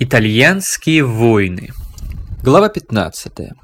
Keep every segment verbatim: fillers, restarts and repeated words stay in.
Итальянские войны. Глава пятнадцатая.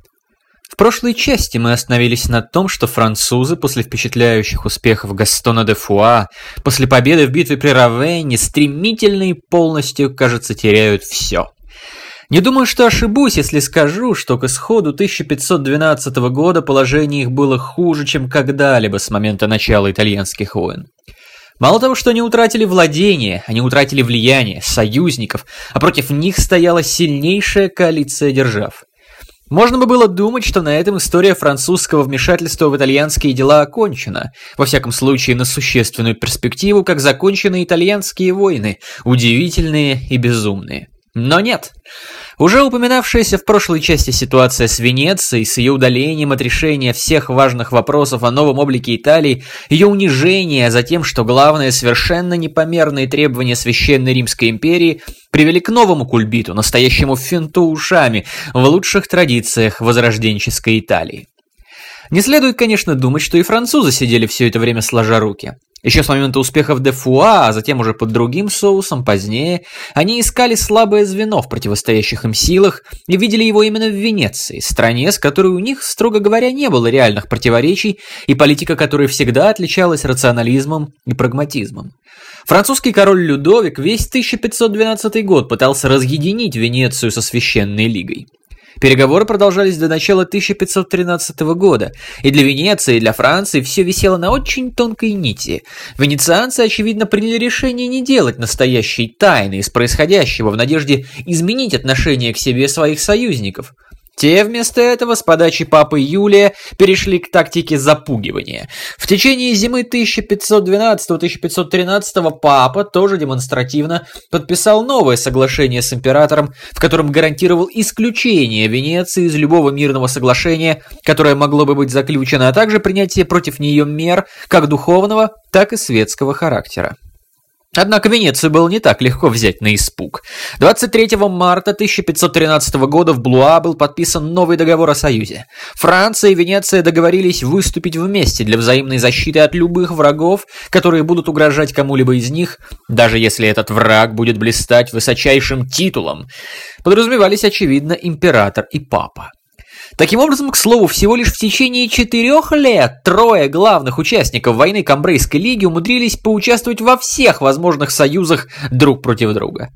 В прошлой части мы остановились на том, что французы после впечатляющих успехов Гастона де Фуа, после победы в битве при Равенне, стремительно и полностью, кажется, теряют все. Не думаю, что ошибусь, если скажу, что к исходу тысяча пятьсот двенадцатого года положение их было хуже, чем когда-либо с момента начала итальянских войн. Мало того, что они утратили владение, они утратили влияние, союзников, а против них стояла сильнейшая коалиция держав. Можно бы было думать, что на этом история французского вмешательства в итальянские дела окончена, во всяком случае на существенную перспективу, как закончены итальянские войны, удивительные и безумные. Но нет. Уже упоминавшаяся в прошлой части ситуация с Венецией, с ее удалением от решения всех важных вопросов о новом облике Италии, ее унижение, а затем, что главное, совершенно непомерные требования Священной Римской империи привели к новому кульбиту, настоящему финту ушами, в лучших традициях возрожденческой Италии. Не следует, конечно, думать, что и французы сидели все это время сложа руки. Еще с момента успехов де Фуа, а затем уже под другим соусом, позднее, они искали слабое звено в противостоящих им силах и видели его именно в Венеции, стране, с которой у них, строго говоря, не было реальных противоречий, и политика которой всегда отличалась рационализмом и прагматизмом. Французский король Людовик весь тысяча пятьсот двенадцатый год пытался разъединить Венецию со Священной Лигой. Переговоры продолжались до начала тысяча пятьсот тринадцатого года, и для Венеции, и для Франции все висело на очень тонкой нити. Венецианцы, очевидно, приняли решение не делать настоящей тайны из происходящего в надежде изменить отношение к себе своих союзников. Те вместо этого с подачи папы Юлия перешли к тактике запугивания. В течение зимы тысяча пятьсот двенадцатого — тысяча пятьсот тринадцатого папа тоже демонстративно подписал новое соглашение с императором, в котором гарантировал исключение Венеции из любого мирного соглашения, которое могло бы быть заключено, а также принятие против нее мер как духовного, так и светского характера. Однако Венецию было не так легко взять на испуг. двадцать третьего марта тысяча пятьсот тринадцатого года в Блуа был подписан новый договор о союзе. Франция и Венеция договорились выступить вместе для взаимной защиты от любых врагов, которые будут угрожать кому-либо из них, даже если этот враг будет блистать высочайшим титулом. Подразумевались, очевидно, император и папа. Таким образом, к слову, всего лишь в течение четырех лет трое главных участников войны Камбрейской лиги умудрились поучаствовать во всех возможных союзах друг против друга.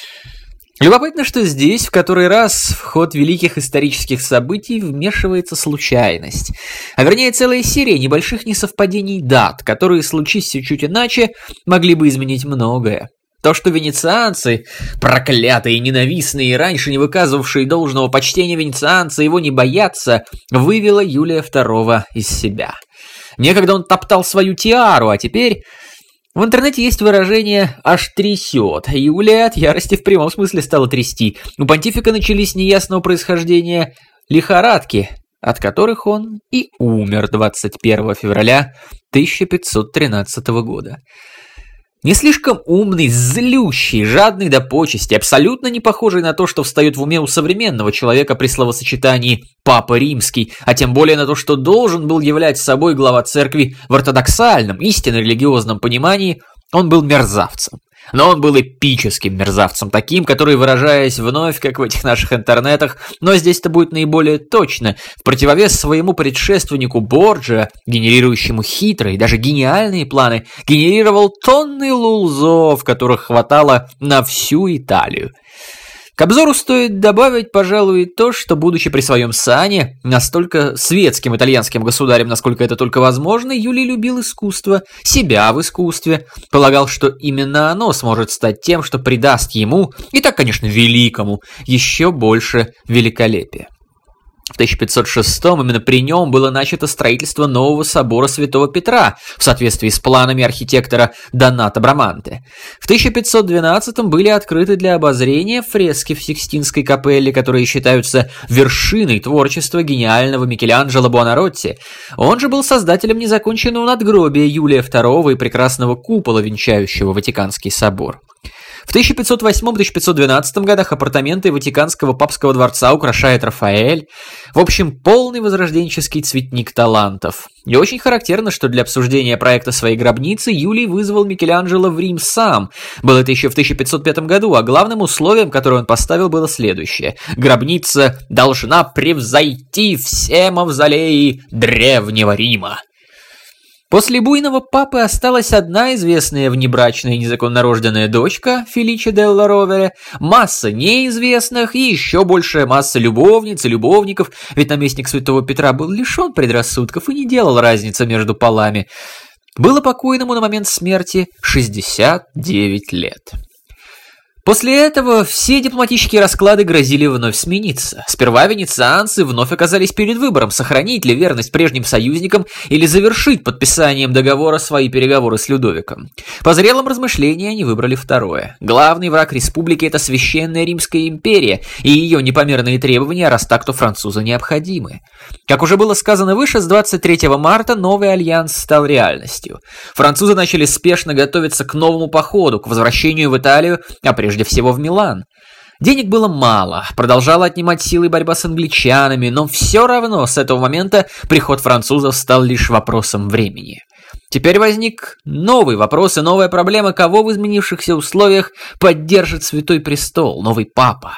Любопытно, что здесь в который раз в ход великих исторических событий вмешивается случайность, а вернее целая серия небольших несовпадений дат, которые, случись чуть иначе, могли бы изменить многое. То, что венецианцы, проклятые, ненавистные и раньше не выказывавшие должного почтения венецианцы, его не боятся, вывело Юлия второго из себя. Некогда он топтал свою тиару, а теперь... В интернете есть выражение «аж трясет». Юлия от ярости в прямом смысле стала трясти. У понтифика начались неясного происхождения лихорадки, от которых он и умер двадцать первого февраля тысяча пятьсот тринадцатого года. Не слишком умный, злющий, жадный до почести, абсолютно не похожий на то, что встает в уме у современного человека при словосочетании «Папа Римский», а тем более на то, что должен был являть собой глава церкви в ортодоксальном, истинно религиозном понимании, он был мерзавцем. Но он был эпическим мерзавцем, таким, который, выражаясь вновь, как в этих наших интернетах, но здесь это будет наиболее точно, в противовес своему предшественнику Борджиа, генерирующему хитрые, даже гениальные планы, генерировал тонны лулзов, которых хватало на всю Италию. К обзору стоит добавить, пожалуй, то, что, будучи при своем сане, настолько светским итальянским государем, насколько это только возможно, Юлий любил искусство, себя в искусстве, полагал, что именно оно сможет стать тем, что придаст ему, и так, конечно, великому, еще больше великолепия. В тысяча пятьсот шестом именно при нем было начато строительство нового собора Святого Петра в соответствии с планами архитектора Доната Браманте. В тысяча пятьсот двенадцатом были открыты для обозрения фрески в Сикстинской капелле, которые считаются вершиной творчества гениального Микеланджело Буонаротти. Он же был создателем незаконченного надгробия Юлия второго и прекрасного купола, венчающего Ватиканский собор. В В тысяча пятьсот восьмом — тысяча пятьсот двенадцатом годах апартаменты Ватиканского папского дворца украшает Рафаэль. В общем, полный возрожденческий цветник талантов. И очень характерно, что для обсуждения проекта своей гробницы Юлий вызвал Микеланджело в Рим сам. Было это еще в тысяча пятьсот пятом году, а главным условием, которое он поставил, было следующее. Гробница должна превзойти все мавзолеи Древнего Рима. После буйного папы осталась одна известная внебрачная незаконнорожденная дочка Феличе делла Ровере, масса неизвестных и еще большая масса любовниц и любовников, ведь наместник святого Петра был лишен предрассудков и не делал разницы между полами. Было покойному на момент смерти шестьдесят девять лет. После этого все дипломатические расклады грозили вновь смениться. Сперва венецианцы вновь оказались перед выбором, сохранить ли верность прежним союзникам или завершить подписанием договора свои переговоры с Людовиком. По зрелом размышлении они выбрали второе. Главный враг республики – это Священная Римская империя, и ее непомерные требования, раз так, то французы необходимы. Как уже было сказано выше, с двадцать третьего марта новый альянс стал реальностью. Французы начали спешно готовиться к новому походу, к возвращению в Италию, а прежде Прежде всего в Милан. Денег было мало, продолжала отнимать силы борьба с англичанами, но все равно с этого момента приход французов стал лишь вопросом времени. Теперь возник новый вопрос и новая проблема, кого в изменившихся условиях поддержит Святой Престол, новый папа.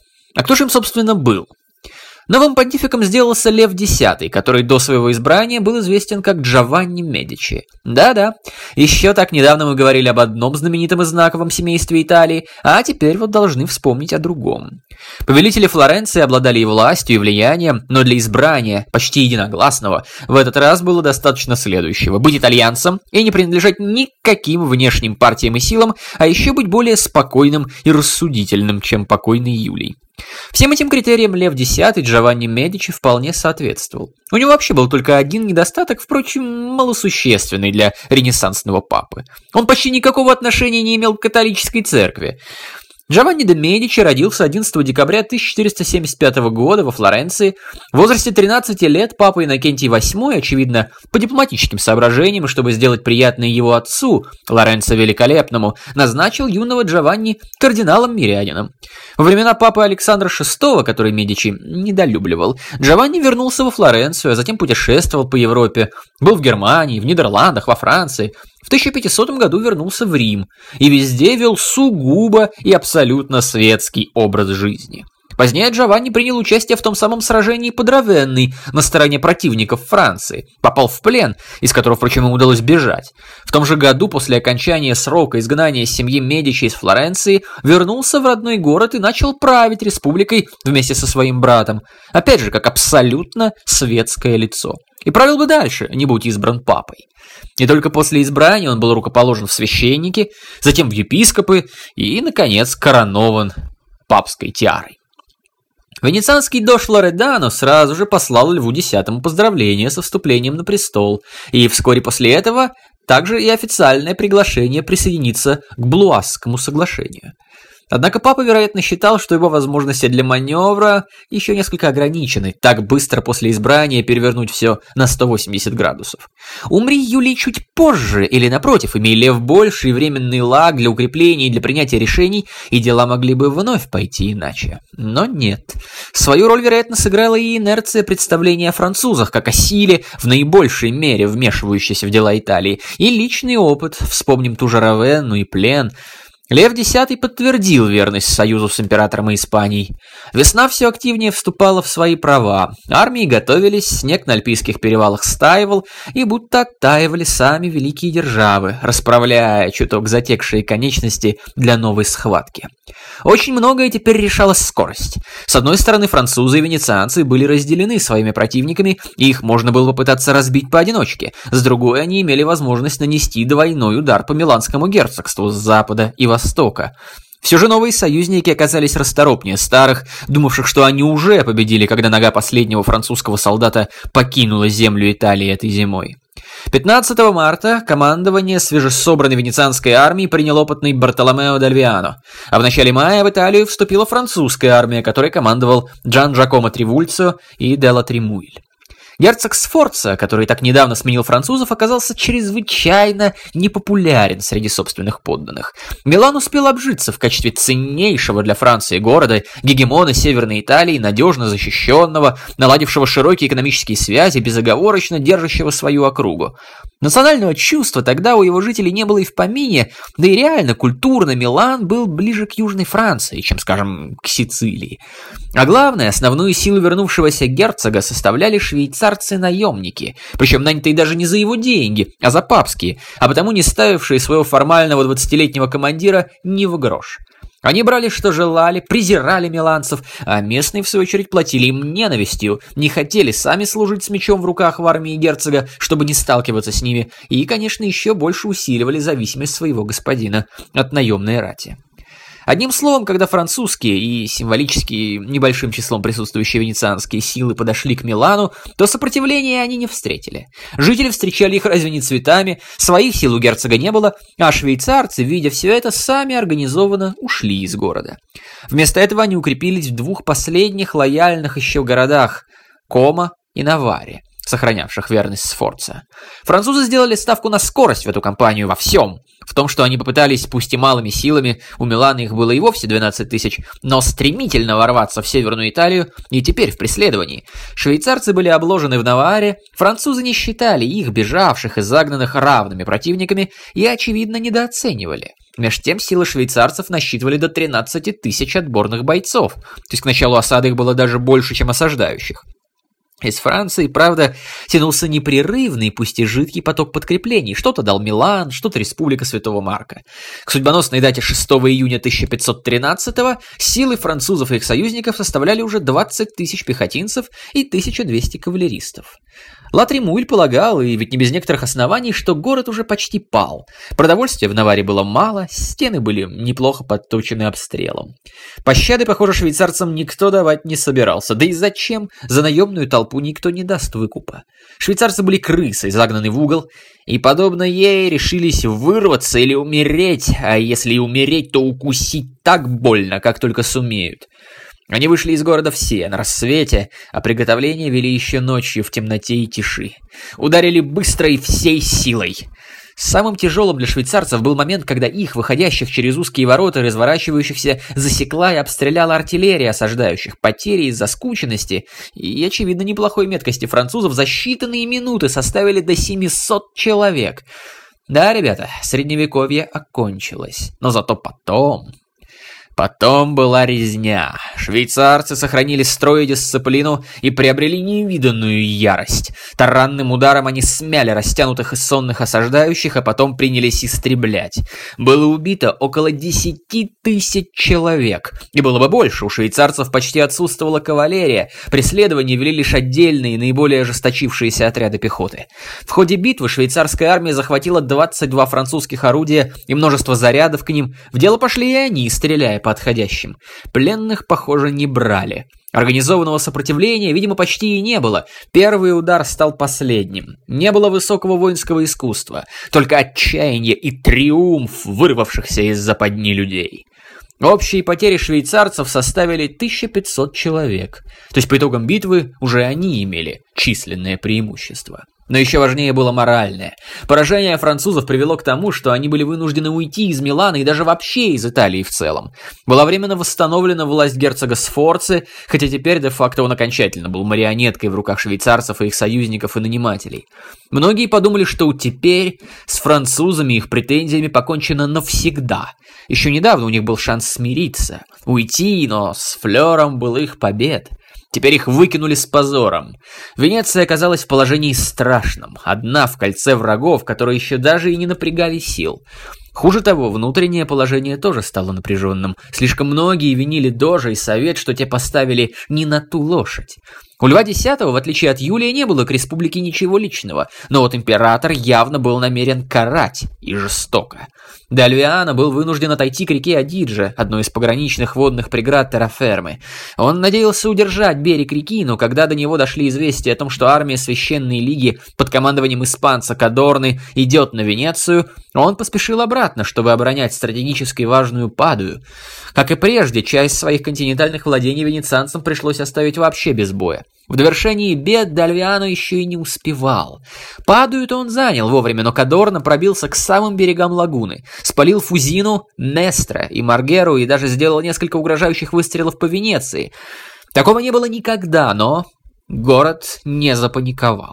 А кто же им, собственно, был? Новым понтификом сделался Лев Десятый, который до своего избрания был известен как Джованни Медичи. Да-да, еще так недавно мы говорили об одном знаменитом и знаковом семействе Италии, а теперь вот должны вспомнить о другом. Повелители Флоренции обладали и властью, и влиянием, но для избрания, почти единогласного, в этот раз было достаточно следующего: быть итальянцем и не принадлежать никаким внешним партиям и силам, а еще быть более спокойным и рассудительным, чем покойный Юлий. Всем этим критериям Лев Десятый Джованни Медичи вполне соответствовал. У него вообще был только один недостаток, впрочем, малосущественный для ренессансного папы. Он почти никакого отношения не имел к католической церкви. Джованни де Медичи родился одиннадцатого декабря тысяча четыреста семьдесят пятого года во Флоренции. В возрасте тринадцати лет папа Иннокентий восьмой, очевидно, по дипломатическим соображениям, чтобы сделать приятное его отцу, Лоренцо Великолепному, назначил юного Джованни кардиналом-мирянином. Во времена папы Александра шестого, который Медичи недолюбливал, Джованни вернулся во Флоренцию, а затем путешествовал по Европе. Был в Германии, в Нидерландах, во Франции. В тысяча пятисотом году вернулся в Рим и везде вел сугубо и абсолютно светский образ жизни. Позднее Джованни принял участие в том самом сражении под Равенной на стороне противников Франции, попал в плен, из которого, впрочем, ему удалось бежать. В том же году, после окончания срока изгнания семьи Медичи из Флоренции, вернулся в родной город и начал править республикой вместе со своим братом, опять же, как абсолютно светское лицо. И правил бы дальше, не будь избран папой. И только после избрания он был рукоположен в священники, затем в епископы и, наконец, коронован папской тиарой. Венецианский дож Лоредано сразу же послал Льву Десятому поздравления со вступлением на престол, и вскоре после этого также и официальное приглашение присоединиться к Блуасскому соглашению. Однако папа, вероятно, считал, что его возможности для маневра еще несколько ограничены, так быстро после избрания перевернуть все на сто восемьдесят градусов. Умри Юлий чуть позже, или напротив, имея Лев больший временный лаг для укрепления и для принятия решений, и дела могли бы вновь пойти иначе. Но нет. Свою роль, вероятно, сыграла и инерция представления о французах, как о силе, в наибольшей мере вмешивающейся в дела Италии, и личный опыт, вспомним ту же Равенну и плен. Лев Десятый подтвердил верность союзу с императором и Испанией. Весна все активнее вступала в свои права. Армии готовились, снег на альпийских перевалах стаивал, и будто оттаивали сами великие державы, расправляя чуток затекшие конечности для новой схватки. Очень многое теперь решала скорость. С одной стороны, французы и венецианцы были разделены своими противниками, и их можно было попытаться разбить поодиночке. С другой, они имели возможность нанести двойной удар по Миланскому герцогству с запада и востока. Все же новые союзники оказались расторопнее старых, думавших, что они уже победили, когда нога последнего французского солдата покинула землю Италии этой зимой. пятнадцатого марта командование свежесобранной венецианской армии принял опытный Бартоломео д'Альвиано, а в начале мая в Италию вступила французская армия, которой командовал Джан Джакомо Тривульцио и Делла Тремуиль. Герцог Сфорца, который так недавно сменил французов, оказался чрезвычайно непопулярен среди собственных подданных. Милан успел обжиться в качестве ценнейшего для Франции города, гегемона Северной Италии, надежно защищенного, наладившего широкие экономические связи, безоговорочно держащего свою округу. Национального чувства тогда у его жителей не было и в помине, да и реально культурно Милан был ближе к Южной Франции, чем, скажем, к Сицилии. А главное, основную силу вернувшегося герцога составляли швейцарцы-наемники, причем нанятые даже не за его деньги, а за папские, а потому не ставившие своего формального двадцатилетнего командира ни в грош. Они брали, что желали, презирали миланцев, а местные, в свою очередь, платили им ненавистью, не хотели сами служить с мечом в руках в армии герцога, чтобы не сталкиваться с ними, и, конечно, еще больше усиливали зависимость своего господина от наемной рати. Одним словом, когда французские и символически небольшим числом присутствующие венецианские силы подошли к Милану, то сопротивления они не встретили. Жители встречали их разве не цветами, своих сил у герцога не было, а швейцарцы, видя все это, сами организованно ушли из города. Вместо этого они укрепились в двух последних лояльных еще городах – Комо и Наварре, сохранявших верность Сфорца. Французы сделали ставку на скорость в эту кампанию во всем. В том, что они попытались, пусть и малыми силами, у Милана их было и вовсе двенадцать тысяч, но стремительно ворваться в Северную Италию и теперь в преследовании. Швейцарцы были обложены в Наварре, французы не считали их, бежавших и загнанных, равными противниками и, очевидно, недооценивали. Меж тем силы швейцарцев насчитывали до тринадцати тысяч отборных бойцов, то есть к началу осады их было даже больше, чем осаждающих. Из Франции, правда, тянулся непрерывный, пусть и жидкий поток подкреплений. Что-то дал Милан, что-то Республика Святого Марка. К судьбоносной дате шестого июня тысяча пятьсот тринадцатого силы французов и их союзников составляли уже двадцать тысяч пехотинцев и тысяча двести кавалеристов. Ла Тремуль полагал, и ведь не без некоторых оснований, что город уже почти пал. Продовольствия в Наварре было мало, стены были неплохо подточены обстрелом. Пощады, похоже, швейцарцам никто давать не собирался. Да и зачем? За наемную толпу никто не даст выкупа. Швейцарцы были крысой, загнаны в угол, и, подобно ей, решились вырваться или умереть, а если и умереть, то укусить так больно, как только сумеют. Они вышли из города все, на рассвете, а приготовления вели еще ночью в темноте и тиши. Ударили быстро и всей силой. Самым тяжелым для швейцарцев был момент, когда их, выходящих через узкие ворота, разворачивающихся, засекла и обстреляла артиллерия осаждающих. Потери из-за скученности и, очевидно, неплохой меткости французов за считанные минуты составили до семисот человек. Да, ребята, средневековье окончилось, но зато потом... Потом была резня. Швейцарцы сохранили строй и дисциплину и приобрели невиданную ярость. Таранным ударом они смяли растянутых и сонных осаждающих, а потом принялись истреблять. Было убито около десяти тысяч человек. И было бы больше, у швейцарцев почти отсутствовала кавалерия. Преследование вели лишь отдельные, наиболее ожесточившиеся отряды пехоты. В ходе битвы швейцарская армия захватила двадцать два французских орудия и множество зарядов к ним. В дело пошли и они, стреляя по отходящим. Пленных, похоже, не брали. Организованного сопротивления, видимо, почти и не было. Первый удар стал последним. Не было высокого воинского искусства, только отчаяние и триумф вырвавшихся из западни людей. Общие потери швейцарцев составили тысячу пятьсот человек. То есть по итогам битвы уже они имели численное преимущество. Но еще важнее было моральное. Поражение французов привело к тому, что они были вынуждены уйти из Милана и даже вообще из Италии в целом. Была временно восстановлена власть герцога Сфорцы, хотя теперь де-факто он окончательно был марионеткой в руках швейцарцев и их союзников и нанимателей. Многие подумали, что теперь с французами и их претензиями покончено навсегда. Еще недавно у них был шанс смириться, уйти, но с флером былых побед. Теперь их выкинули с позором. Венеция оказалась в положении страшном, одна в кольце врагов, которые еще даже и не напрягали сил. Хуже того, внутреннее положение тоже стало напряженным. Слишком многие винили Дожа и Совет, что те поставили не на ту лошадь. У Льва Десятого, в отличие от Юлия, не было к республике ничего личного, но вот император явно был намерен карать, и жестоко. Д'Альвиано был вынужден отойти к реке Адидже, одной из пограничных водных преград Террафермы. Он надеялся удержать берег реки, но когда до него дошли известия о том, что армия Священной Лиги под командованием испанца Кадорны идет на Венецию, он поспешил обратно. маловероятно, чтобы оборонять стратегически важную Падую. Как и прежде, часть своих континентальных владений венецианцам пришлось оставить вообще без боя. В довершении бед Д'Альвиано еще и не успевал. Падую-то он занял вовремя, но Кадорна пробился к самым берегам лагуны, спалил Фузину, Нестро и Маргеру и даже сделал несколько угрожающих выстрелов по Венеции. Такого не было никогда, но город не запаниковал.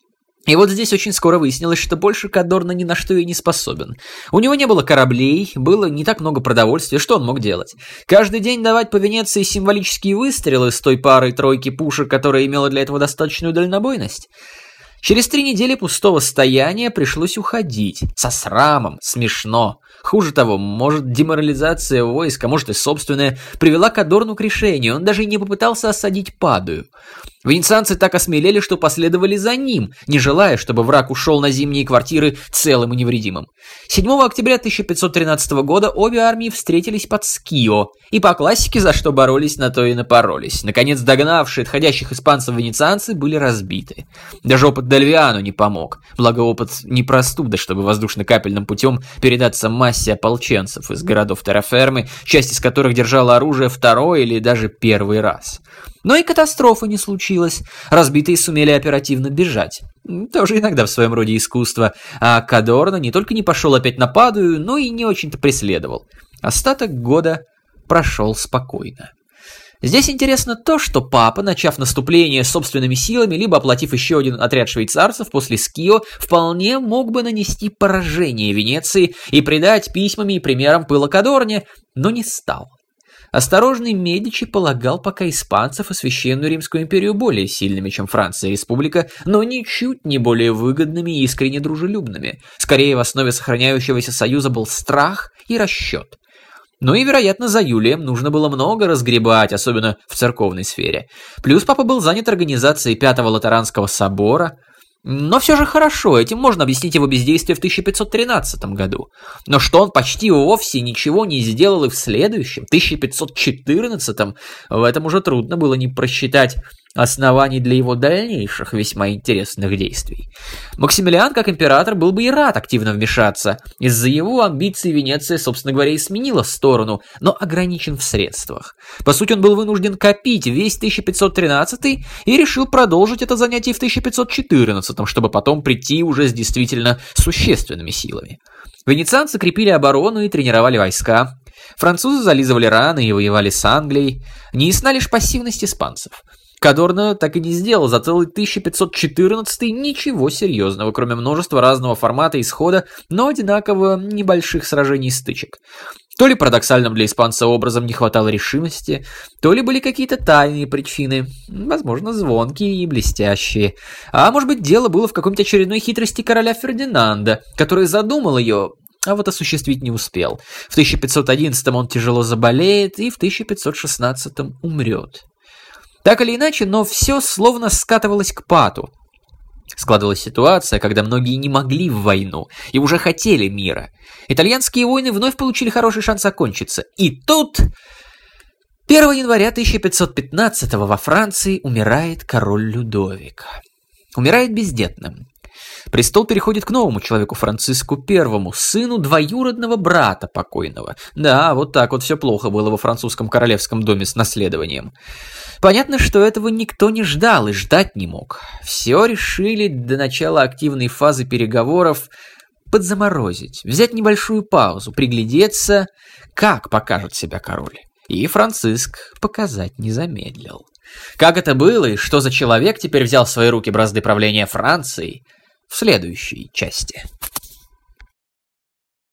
И вот здесь очень скоро выяснилось, что больше Кадорна ни на что и не способен. У него не было кораблей, было не так много продовольствия, что он мог делать? Каждый день давать по Венеции символические выстрелы с той парой-тройки пушек, которая имела для этого достаточную дальнобойность? Через три недели пустого стояния пришлось уходить. Со срамом, смешно. Хуже того, может, деморализация войска, может и собственная, привела Кадорну к решению. Он даже и не попытался осадить Падую. Венецианцы так осмелели, что последовали за ним, не желая, чтобы враг ушел на зимние квартиры целым и невредимым. седьмого октября тысяча пятьсот тринадцатого года обе армии встретились под Скио, и по классике за что боролись, на то и напоролись. Наконец, догнавшие отходящих испанцев венецианцы были разбиты. Даже опыт Д'Альвиано не помог, благо опыт не простуда, чтобы воздушно-капельным путем передаться массе ополченцев из городов Террафермы, часть из которых держала оружие второй или даже первый раз. Но и катастрофы не случилось. Разбитые сумели оперативно бежать. Тоже иногда в своем роде искусство. А Кадорна не только не пошел опять на Падую, но и не очень-то преследовал. Остаток года прошел спокойно. Здесь интересно то, что папа, начав наступление собственными силами, либо оплатив еще один отряд швейцарцев после Скио, вполне мог бы нанести поражение Венеции и придать письмами и примерам пыла Кадорне, но не стал. Осторожный Медичи полагал пока испанцев и Священную Римскую империю более сильными, чем Франция и Республика, но ничуть не более выгодными и искренне дружелюбными. Скорее, в основе сохраняющегося союза был страх и расчет. Ну и, вероятно, за Юлием нужно было много разгребать, особенно в церковной сфере. Плюс папа был занят организацией Пятого Латеранского собора. Но все же хорошо, этим можно объяснить его бездействие в тысяча пятьсот тринадцатом году. Но что он почти вовсе ничего не сделал и в следующем, тысяча пятьсот четырнадцатом, в этом уже трудно было не просчитать оснований для его дальнейших весьма интересных действий. Максимилиан, как император, был бы и рад активно вмешаться. Из-за его амбиций Венеция, собственно говоря, и сменила сторону, но ограничен в средствах. По сути, он был вынужден копить весь тысяча пятьсот тринадцатый и решил продолжить это занятие в тысяча пятьсот четырнадцатом, чтобы потом прийти уже с действительно существенными силами. Венецианцы крепили оборону и тренировали войска. Французы зализывали раны и воевали с Англией. Неясна лишь пассивность испанцев. Кадорна так и не сделал за целый тысяча пятьсот четырнадцатый ничего серьезного, кроме множества разного формата исхода, но одинаково небольших сражений и стычек. То ли парадоксальным для испанца образом не хватало решимости, то ли были какие-то тайные причины, возможно, звонкие и блестящие. А может быть, дело было в какой-нибудь очередной хитрости короля Фердинанда, который задумал ее, а вот осуществить не успел. В тысяча пятьсот одиннадцатом он тяжело заболеет и в тысяча пятьсот шестнадцатом умрет. Так или иначе, но все словно скатывалось к пату. Складывалась ситуация, когда многие не могли в войну и уже хотели мира. Итальянские войны вновь получили хороший шанс окончиться. И тут первого января тысяча пятьсот пятнадцатого во Франции умирает король Людовик. Умирает бездетным. Престол переходит к новому человеку, Франциску Первому, сыну двоюродного брата покойного. Да, вот так вот все плохо было во французском королевском доме с наследованием. Понятно, что этого никто не ждал и ждать не мог. Все решили до начала активной фазы переговоров подзаморозить, взять небольшую паузу, приглядеться, как покажет себя король. И Франциск показать не замедлил. Как это было и что за человек теперь взял в свои руки бразды правления Францией, в следующей части.